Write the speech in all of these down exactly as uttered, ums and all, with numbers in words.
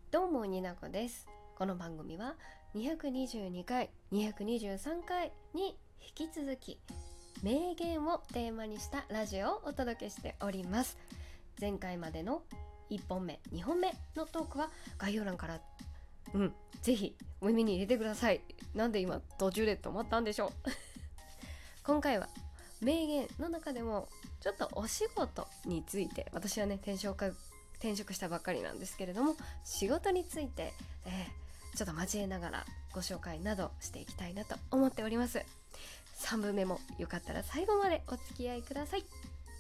どうもになこです。この番組はにひゃくにじゅうにかい、にひゃくにじゅうさんかいに引き続き名言をテーマにしたラジオをお届けしております。前回までのいっぽんめ、にほんめのトークは概要欄からうんぜひお耳に入れてください。なんで今途中で止まったんでしょう今回は名言の中でもちょっとお仕事について、私はね転職転職したばっかりなんですけれども、仕事について、えー、ちょっと交えながらご紹介などしていきたいなと思っております。さんぶんめもよかったら最後までお付き合いください。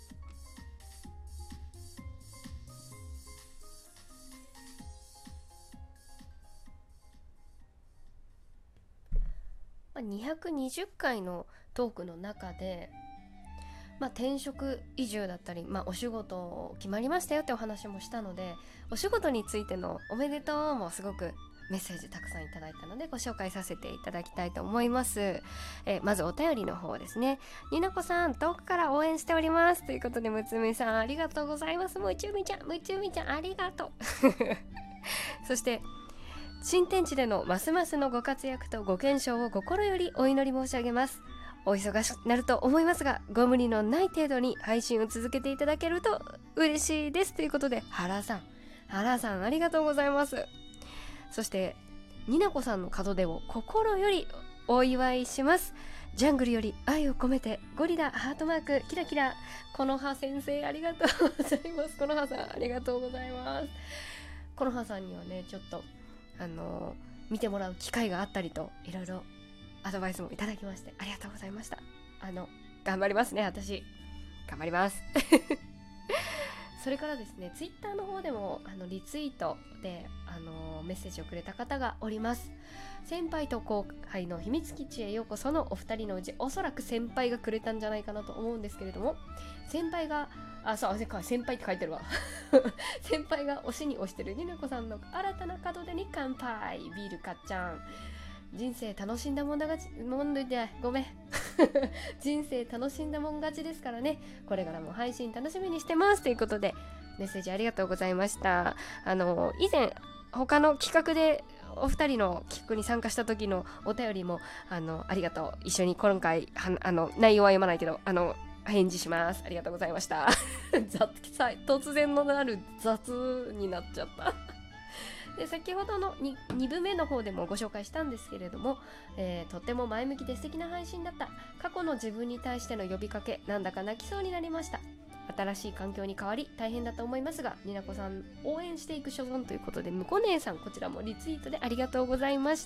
にひゃくにじゅっかいのトークの中で、まあ、転職移住だったり、まあ、お仕事決まりましたよってお話もしたので、お仕事についてのおめでとうもすごくメッセージたくさんいただいたのでご紹介させていただきたいと思います。えまずお便りの方ですね。になこさん、遠くから応援しておりますということで、むつみさんありがとうございます。むちゅみちゃんむちゅみちゃんありがとうそして新天地でのますますのご活躍とご健勝を心よりお祈り申し上げます。お忙しくなると思いますが、ご無理のない程度に配信を続けていただけると嬉しいですということで、原さん原さんありがとうございます。そしてになこさんの門出を心よりお祝いします。ジャングルより愛を込めて、ゴリラハートマークキラキラ。この葉先生ありがとうございます。この葉さんありがとうございます。この葉さんにはねちょっとあのー、見てもらう機会があったりと、いろいろアドバイスもいただきましてありがとうございました。あの頑張りますね、私頑張りますそれからですね、ツイッターの方でもあのリツイートであのメッセージをくれた方がおります。先輩と後輩の秘密基地へようこそのお二人のうち、おそらく先輩がくれたんじゃないかなと思うんですけれども、先輩があそう先輩って書いてるわ先輩が推しに推してるになこさんの新たな門出に乾杯。ビールかっちゃん、人生楽しんだもんだがちもんでごめん人生楽しんだもん勝ちですからね。これからも配信楽しみにしてますということで、メッセージありがとうございました。あの以前他の企画でお二人の企画に参加した時のお便りもあのありがとう、一緒に今回はあの内容は読まないけどあの返事します。ありがとうございました雑突然のなる雑になっちゃったで先ほどの 2, 2部目の方でもご紹介したんですけれども、えー、とっても前向きで素敵な配信だった。過去の自分に対しての呼びかけ、なんだか泣きそうになりました。新しい環境に変わり大変だと思いますが、になこさん応援していく所存ということで、むこ姉さんこちらもリツイートでありがとうございました。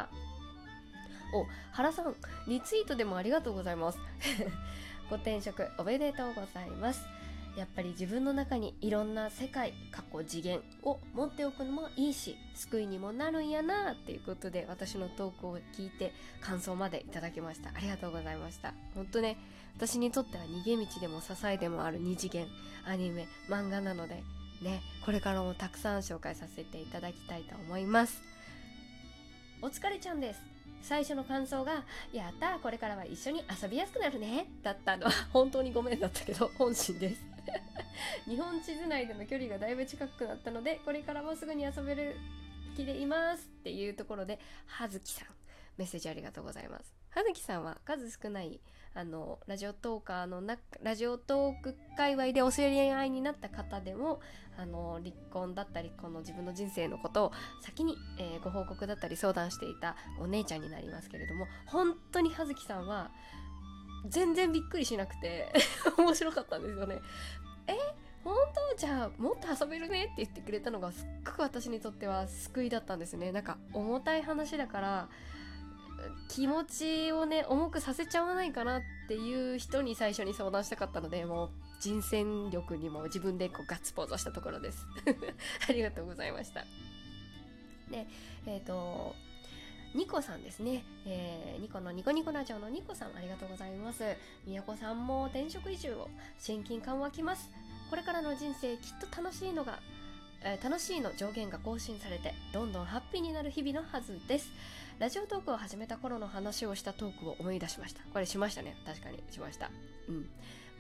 お、原さんリツイートでもありがとうございますご転職おめでとうございます。やっぱり自分の中にいろんな世界、過去、次元を持っておくのもいいし、救いにもなるんやなっていうことで、私のトークを聞いて感想までいただきました。ありがとうございました。本当ね、私にとっては逃げ道でも支えでもある二次元アニメ漫画なのでね、これからもたくさん紹介させていただきたいと思います。お疲れちゃんです。最初の感想がやったーこれからは一緒に遊びやすくなるねだったのは本当にごめんだったけど本心です日本地図内での距離がだいぶ近くなったので、これからもすぐに遊べる気でいますっていうところで、はずきさんメッセージありがとうございます。はずきさんは数少ないあのラジオトーカーのなラジオトーク界隈でお知り合いになった方でも、あの離婚だったりこの自分の人生のことを先に、えー、ご報告だったり相談していたお姉ちゃんになりますけれども、本当にはずきさんは全然びっくりしなくて面白かったんですよね。え本当じゃあもっと遊べるねって言ってくれたのがすっごく私にとっては救いだったんですね。なんか重たい話だから気持ちをね重くさせちゃわないかなっていう人に最初に相談したかったので、もう人選力にも自分でこうガッツポーズをしたところですありがとうございました。でえっ、ー、とニコさんですね、えー、ニコのニコニコラジオのニコさんありがとうございます。みやこさんも転職移住を親近感湧きます。これからの人生きっと楽しいのが、えー、楽しいの上限が更新されてどんどんハッピーになる日々のはずです。ラジオトークを始めた頃の話をしたトークを思い出しました。これしましたね、確かにしました。うん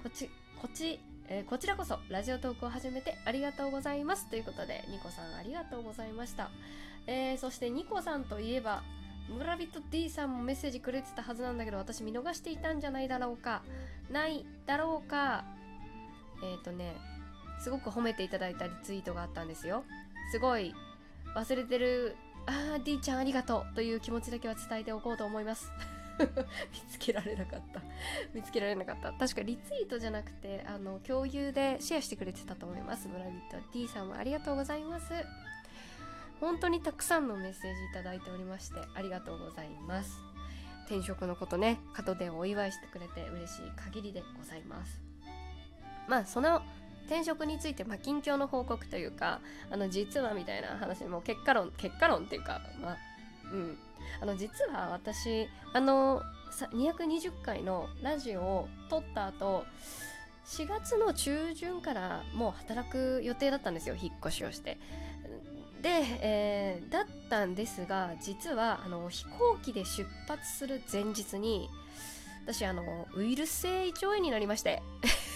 こっちこっち、えーこちらこそラジオトークを始めてありがとうございますということで、ニコさんありがとうございました。えー、そしてニコさんといえば村人 D さんもメッセージくれてたはずなんだけど、私見逃していたんじゃないだろうかないだろうか。えっ、ー、とねすごく褒めていただいたリツイートがあったんですよ。すごい忘れてる、あー D ちゃんありがとうという気持ちだけは伝えておこうと思います見つけられなかった見つけられなかった。確かリツイートじゃなくてあの共有でシェアしてくれてたと思います。村人 D さんもありがとうございます。本当にたくさんのメッセージいただいておりましてありがとうございます。転職のことね、門出をお祝いしてくれて嬉しい限りでございます。まあその転職について、まあ、近況の報告というか、あの実はみたいな話も結果論結果論っていうか、まあうんあの実は私あのにひゃくにじゅっかいのラジオを撮った後しがつの中旬からもう働く予定だったんですよ、引っ越しをして。で、えー、だったんですが、実はあの飛行機で出発する前日に私あのウイルス性胃腸炎になりまして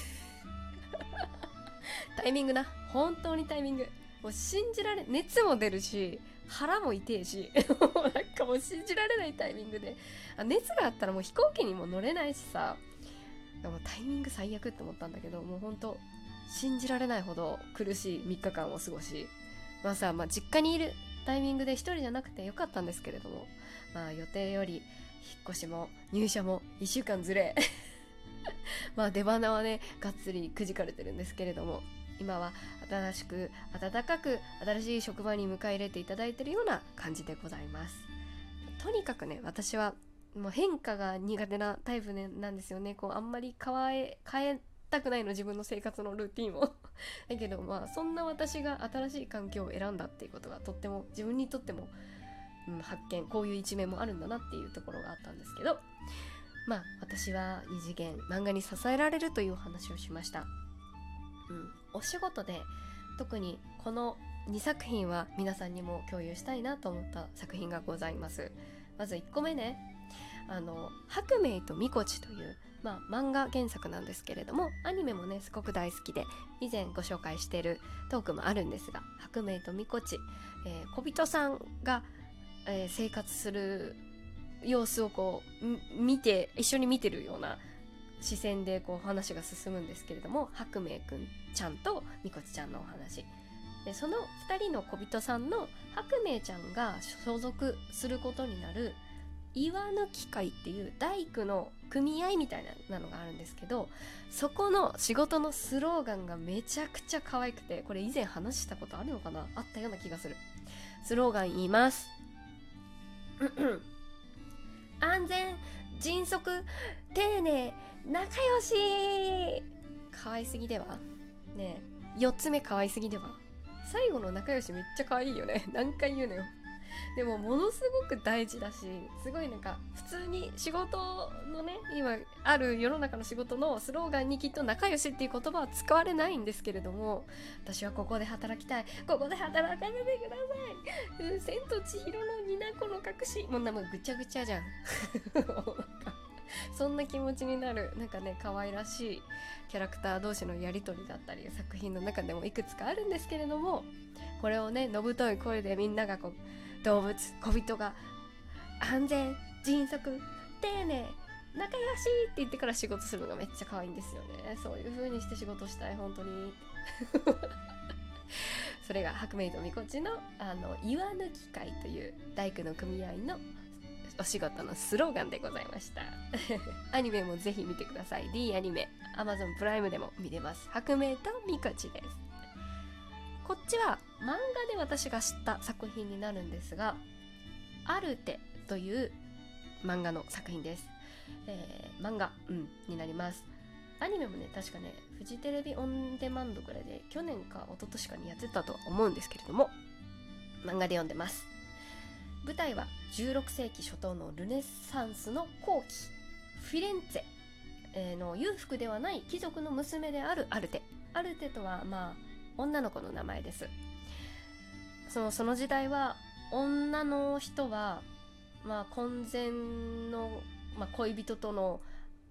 タイミングな、本当にタイミング、もう信じられ、熱も出るし腹も痛いしなんかもう信じられないタイミングで、あ熱があったらもう飛行機にも乗れないしさ、でもタイミング最悪って思ったんだけど、もうほんと信じられないほど苦しいみっかかんを過ごし、まあさ、まあ、実家にいるタイミングで一人じゃなくてよかったんですけれども、まあ予定より引っ越しも入社もいっしゅうかんずれまあ出花はねがっつりくじかれてるんですけれども、今は新しく温かく新しい職場に迎え入れていただいているような感じでございます。とにかくね、私はもう変化が苦手なタイプなんですよね。こうあんまり変え変えたくないの、自分の生活のルーティンをだけどまあそんな私が新しい環境を選んだっていうことがとっても自分にとっても、うん、発見、こういう一面もあるんだなっていうところがあったんですけど、まあ私は二次元漫画に支えられるというお話をしました。うん、お仕事で特にこのにさく品は皆さんにも共有したいなと思った作品がございます。まずいっこめね、あの白明とみこちという、まあ、漫画原作なんですけれども、アニメもねすごく大好きで以前ご紹介しているトークもあるんですが、白明とみこち、えー、小人さんが、えー、生活する様子をこう見て一緒に見てるような視線でこう話が進むんですけれども、白明くんちゃんとみこちちゃんのお話で、そのふたりの小人さんの白明ちゃんが所属することになる岩抜き会っていう大工の組合みたいなのがあるんですけど、そこの仕事のスローガンがめちゃくちゃ可愛くて、これ以前話したことあるのかな、あったような気がする。スローガン言います。安全、迅速、丁寧、仲良し。可愛すぎではねえ、よっつめ可愛すぎでは。最後の仲良しめっちゃ可愛いよね。何回言うのよ。でもものすごく大事だし、すごいなんか普通に仕事のね、今ある世の中の仕事のスローガンにきっと仲良しっていう言葉は使われないんですけれども、私はここで働きたい、ここで働かせてください、うん、千と千尋のニナコの隠し、もうなんかぐちゃぐちゃじゃんなんかそんな気持ちになる、なんかね可愛らしいキャラクター同士のやり取りだったり作品の中でもいくつかあるんですけれども、これをねのぶとい声でみんながこう、動物小人が安全、迅速、丁寧、仲良しって言ってから仕事するのがめっちゃ可愛いんですよね。そういう風にして仕事したい、本当にそれが白明とみこちのあの岩抜き会という大工の組合のお仕事のスローガンでございましたアニメもぜひ見てください。 D アニメ Amazon プライムでも見れます。白明とみこちです。こっちは漫画で私が知った作品になるんですが、アルテという漫画の作品です。えー、漫画、うん、になります。アニメもね確かねフジテレビオンデマンドぐらいで去年か一昨年かにやってたとは思うんですけれども、漫画で読んでます。舞台はじゅうろくせいき初頭のルネサンスの後期、フィレンツェの裕福ではない貴族の娘であるアルテ。アルテとはまあ女の子の名前です。その、その時代は女の人は、まあ、婚前の、まあ、恋人との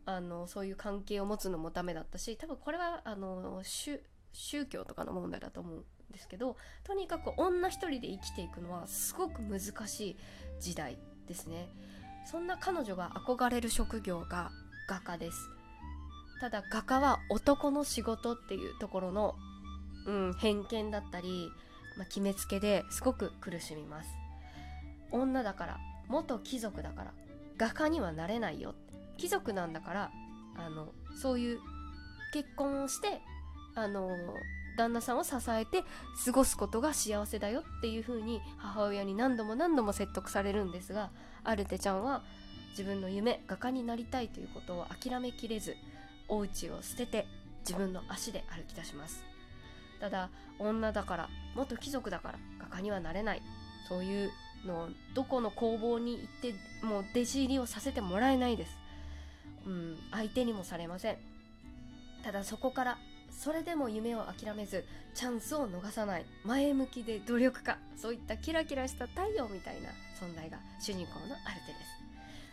あのそういう関係を持つのもダメだったし、多分これはあの 宗, 宗教とかの問題だと思うんですけど、とにかく女一人で生きていくのはすごく難しい時代ですね。そんな彼女が憧れる職業が画家です。ただ画家は男の仕事っていうところの、うん、偏見だったり、まあ、決めつけですごく苦しみます。女だから、元貴族だから画家にはなれないよ、貴族なんだからあのそういう結婚をしてあの旦那さんを支えて過ごすことが幸せだよっていう風に母親に何度も何度も説得されるんですが、アルテちゃんは自分の夢、画家になりたいということを諦めきれず、お家を捨てて自分の足で歩き出します。ただ女だから、元貴族だから画家にはなれない、そういうのどこの工房に行ってもう弟子入りをさせてもらえないです。うん、相手にもされません。ただそこからそれでも夢を諦めずチャンスを逃さない前向きで努力家、そういったキラキラした太陽みたいな存在が主人公のアルテです。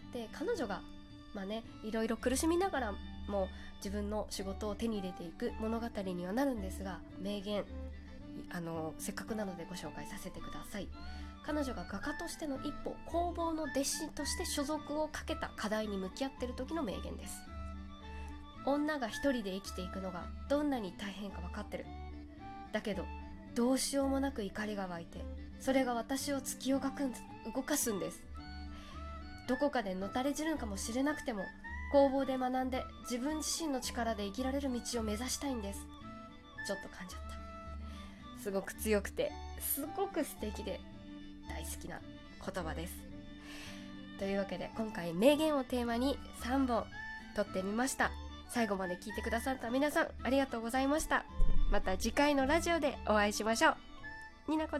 で彼女がまあねいろいろ苦しみながらも自分の仕事を手に入れていく物語にはなるんですが、名言あのせっかくなのでご紹介させてください。彼女が画家としての一歩、工房の弟子として所属をかけた課題に向き合っている時の名言です。女が一人で生きていくのがどんなに大変か分かってる。だけどどうしようもなく怒りが湧いて、それが私を突き動か動かすんです。どこかでのたれ死ぬかもしれなくても、工房で学んで自分自身の力で生きられる道を目指したいんです。ちょっと噛んじゃった。すごく強くてすごく素敵で大好きな言葉です。というわけで今回名言をテーマにさんぼん撮ってみました。最後まで聞いてくださった皆さんありがとうございました。また次回のラジオでお会いしましょう。になこ